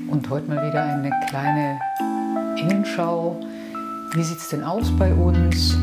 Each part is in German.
Und heute mal wieder eine kleine Innenschau. Wie sieht es denn aus bei uns?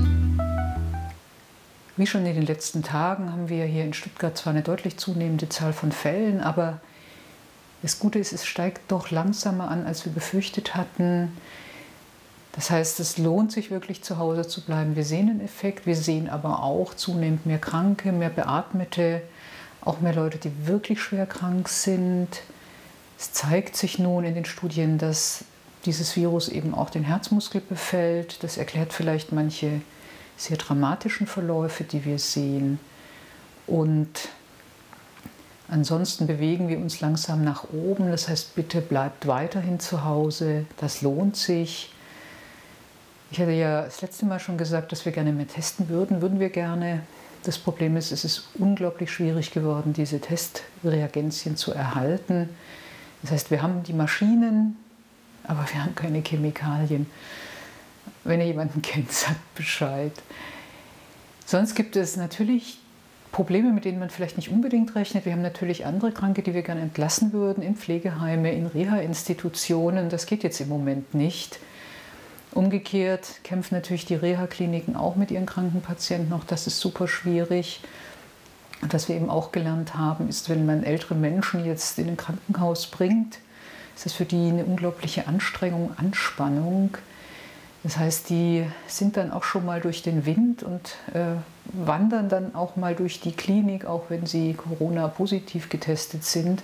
Wie schon in den letzten Tagen haben wir hier in Stuttgart zwar eine deutlich zunehmende Zahl von Fällen, aber das Gute ist, es steigt doch langsamer an, als wir befürchtet hatten. Das heißt, es lohnt sich wirklich zu Hause zu bleiben. Wir sehen einen Effekt, wir sehen aber auch zunehmend mehr Kranke, mehr Beatmete, auch mehr Leute, die wirklich schwer krank sind. Es zeigt sich nun in den Studien, dass dieses Virus eben auch den Herzmuskel befällt. Das erklärt vielleicht manche sehr dramatischen Verläufe, die wir sehen. Und ansonsten bewegen wir uns langsam nach oben. Das heißt, bitte bleibt weiterhin zu Hause. Das lohnt sich. Ich hatte ja das letzte Mal schon gesagt, dass wir gerne mehr testen würden. Würden wir gerne. Das Problem ist, es ist unglaublich schwierig geworden, diese Testreagenzien zu erhalten. Das heißt, wir haben die Maschinen, aber wir haben keine Chemikalien. Wenn ihr jemanden kennt, sagt Bescheid. Sonst gibt es natürlich Probleme, mit denen man vielleicht nicht unbedingt rechnet. Wir haben natürlich andere Kranke, die wir gerne entlassen würden, in Pflegeheime, in Reha-Institutionen. Das geht jetzt im Moment nicht. Umgekehrt kämpfen natürlich die Reha-Kliniken auch mit ihren kranken Patienten noch. Das ist super schwierig. Und was wir eben auch gelernt haben, ist, wenn man ältere Menschen jetzt in ein Krankenhaus bringt, ist das für die eine unglaubliche Anstrengung, Anspannung. Das heißt, die sind dann auch schon mal durch den Wind und wandern dann auch mal durch die Klinik, auch wenn sie Corona-positiv getestet sind.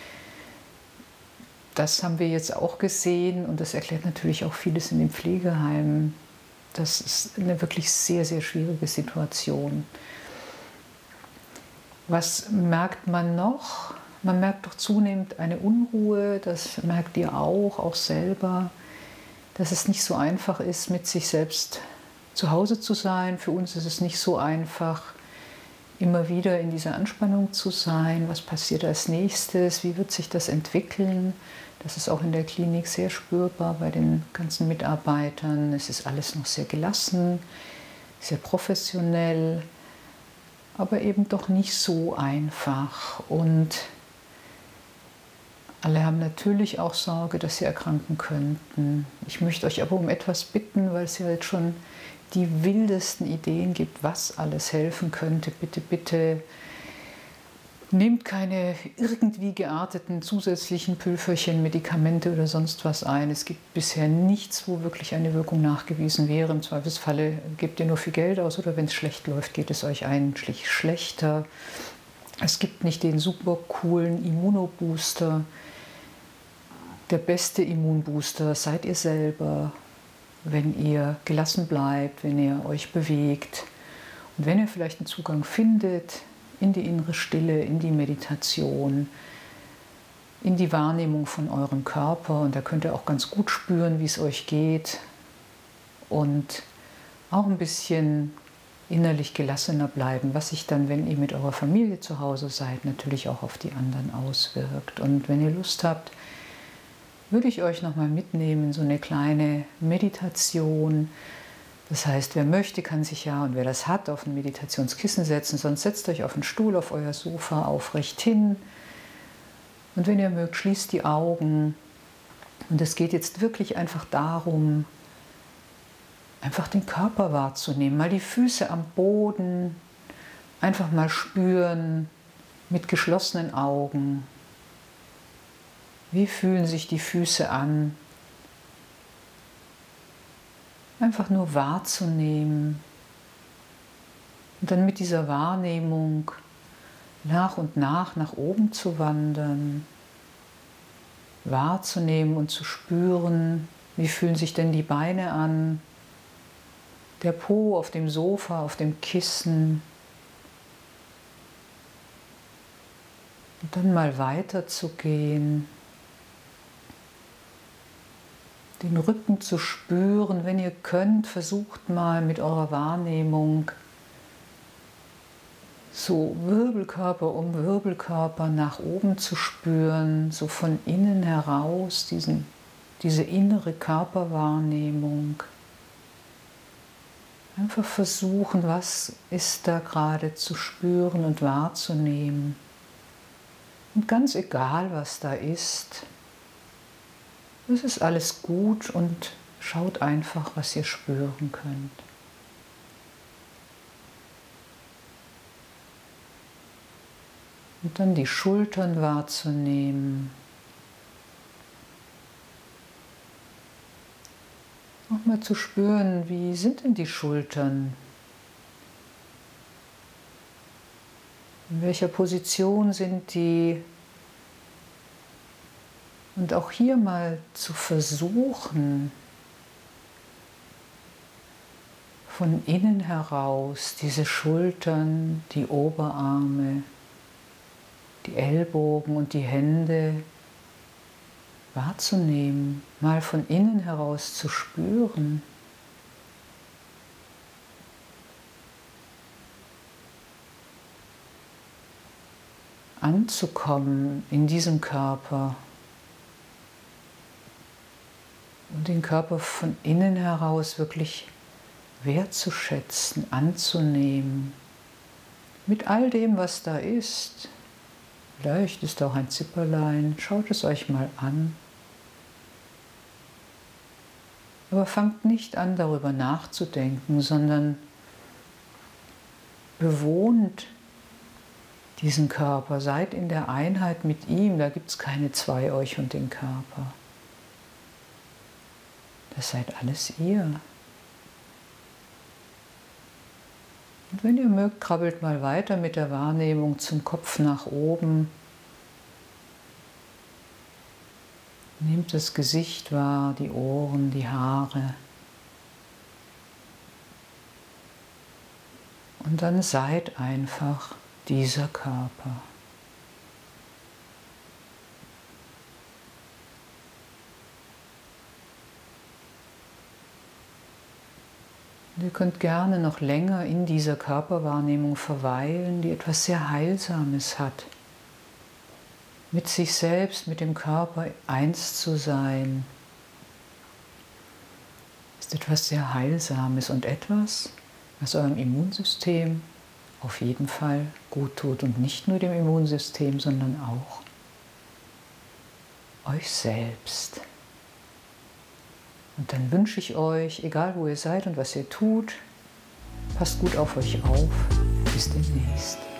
Das haben wir jetzt auch gesehen und das erklärt natürlich auch vieles in den Pflegeheimen. Das ist eine wirklich sehr, sehr schwierige Situation. Was merkt man noch? Man merkt doch zunehmend eine Unruhe, das merkt ihr auch selber, dass es nicht so einfach ist, mit sich selbst zu Hause zu sein. Für uns ist es nicht so einfach, immer wieder in dieser Anspannung zu sein. Was passiert als nächstes? Wie wird sich das entwickeln? Das ist auch in der Klinik sehr spürbar bei den ganzen Mitarbeitern. Es ist alles noch sehr gelassen, sehr professionell, aber eben doch nicht so einfach. Und alle haben natürlich auch Sorge, dass sie erkranken könnten. Ich möchte euch aber um etwas bitten, weil es ja jetzt schon die wildesten Ideen gibt, was alles helfen könnte. Bitte, bitte nehmt keine irgendwie gearteten zusätzlichen Pülverchen, Medikamente oder sonst was ein. Es gibt bisher nichts, wo wirklich eine Wirkung nachgewiesen wäre. Im Zweifelsfalle gebt ihr nur viel Geld aus oder wenn es schlecht läuft, geht es euch eigentlich schlechter. Es gibt nicht den super coolen Immunobooster. Der beste Immunbooster seid ihr selber, wenn ihr gelassen bleibt, wenn ihr euch bewegt und wenn ihr vielleicht einen Zugang findet in die innere Stille, in die Meditation, in die Wahrnehmung von eurem Körper. Und da könnt ihr auch ganz gut spüren, wie es euch geht und auch ein bisschen innerlich gelassener bleiben, was sich dann, wenn ihr mit eurer Familie zu Hause seid, natürlich auch auf die anderen auswirkt. Und wenn ihr Lust habt, würde ich euch noch mal mitnehmen, so eine kleine Meditation. Das heißt, wer möchte, kann sich ja, und wer das hat, auf ein Meditationskissen setzen, sonst setzt euch auf einen Stuhl, auf euer Sofa aufrecht hin. Und wenn ihr mögt, schließt die Augen. Und es geht jetzt wirklich einfach darum, einfach den Körper wahrzunehmen, mal die Füße am Boden, einfach mal spüren mit geschlossenen Augen. Wie fühlen sich die Füße an? Einfach nur wahrzunehmen und dann mit dieser Wahrnehmung nach und nach oben zu wandern, wahrzunehmen und zu spüren, wie fühlen sich denn die Beine an, der Po auf dem Sofa, auf dem Kissen. Und dann mal weiter zu gehen. Den Rücken zu spüren, wenn ihr könnt, versucht mal mit eurer Wahrnehmung so Wirbelkörper um Wirbelkörper nach oben zu spüren, so von innen heraus, diese innere Körperwahrnehmung. Einfach versuchen, was ist da gerade zu spüren und wahrzunehmen. Und ganz egal, was da ist, Es ist alles gut und schaut einfach, was ihr spüren könnt. Und dann die Schultern wahrzunehmen. Auch mal zu spüren, wie sind denn die Schultern? In welcher Position sind die? Und auch hier mal zu versuchen, von innen heraus diese Schultern, die Oberarme, die Ellbogen und die Hände wahrzunehmen, mal von innen heraus zu spüren. Anzukommen in diesem Körper und den Körper von innen heraus wirklich wertzuschätzen, anzunehmen, mit all dem, was da ist. Vielleicht ist auch ein Zipperlein, schaut es euch mal an. Aber fangt nicht an, darüber nachzudenken, sondern bewohnt diesen Körper, seid in der Einheit mit ihm, da gibt es keine zwei, euch und den Körper. Das seid alles ihr. Und wenn ihr mögt, krabbelt mal weiter mit der Wahrnehmung zum Kopf nach oben. Nehmt das Gesicht wahr, die Ohren, die Haare. Und dann seid einfach dieser Körper. Und ihr könnt gerne noch länger in dieser Körperwahrnehmung verweilen, die etwas sehr Heilsames hat. Mit sich selbst, mit dem Körper eins zu sein, ist etwas sehr Heilsames und etwas, was eurem Immunsystem auf jeden Fall gut tut. Und nicht nur dem Immunsystem, sondern auch euch selbst. Und dann wünsche ich euch, egal wo ihr seid und was ihr tut, passt gut auf euch auf. Bis demnächst.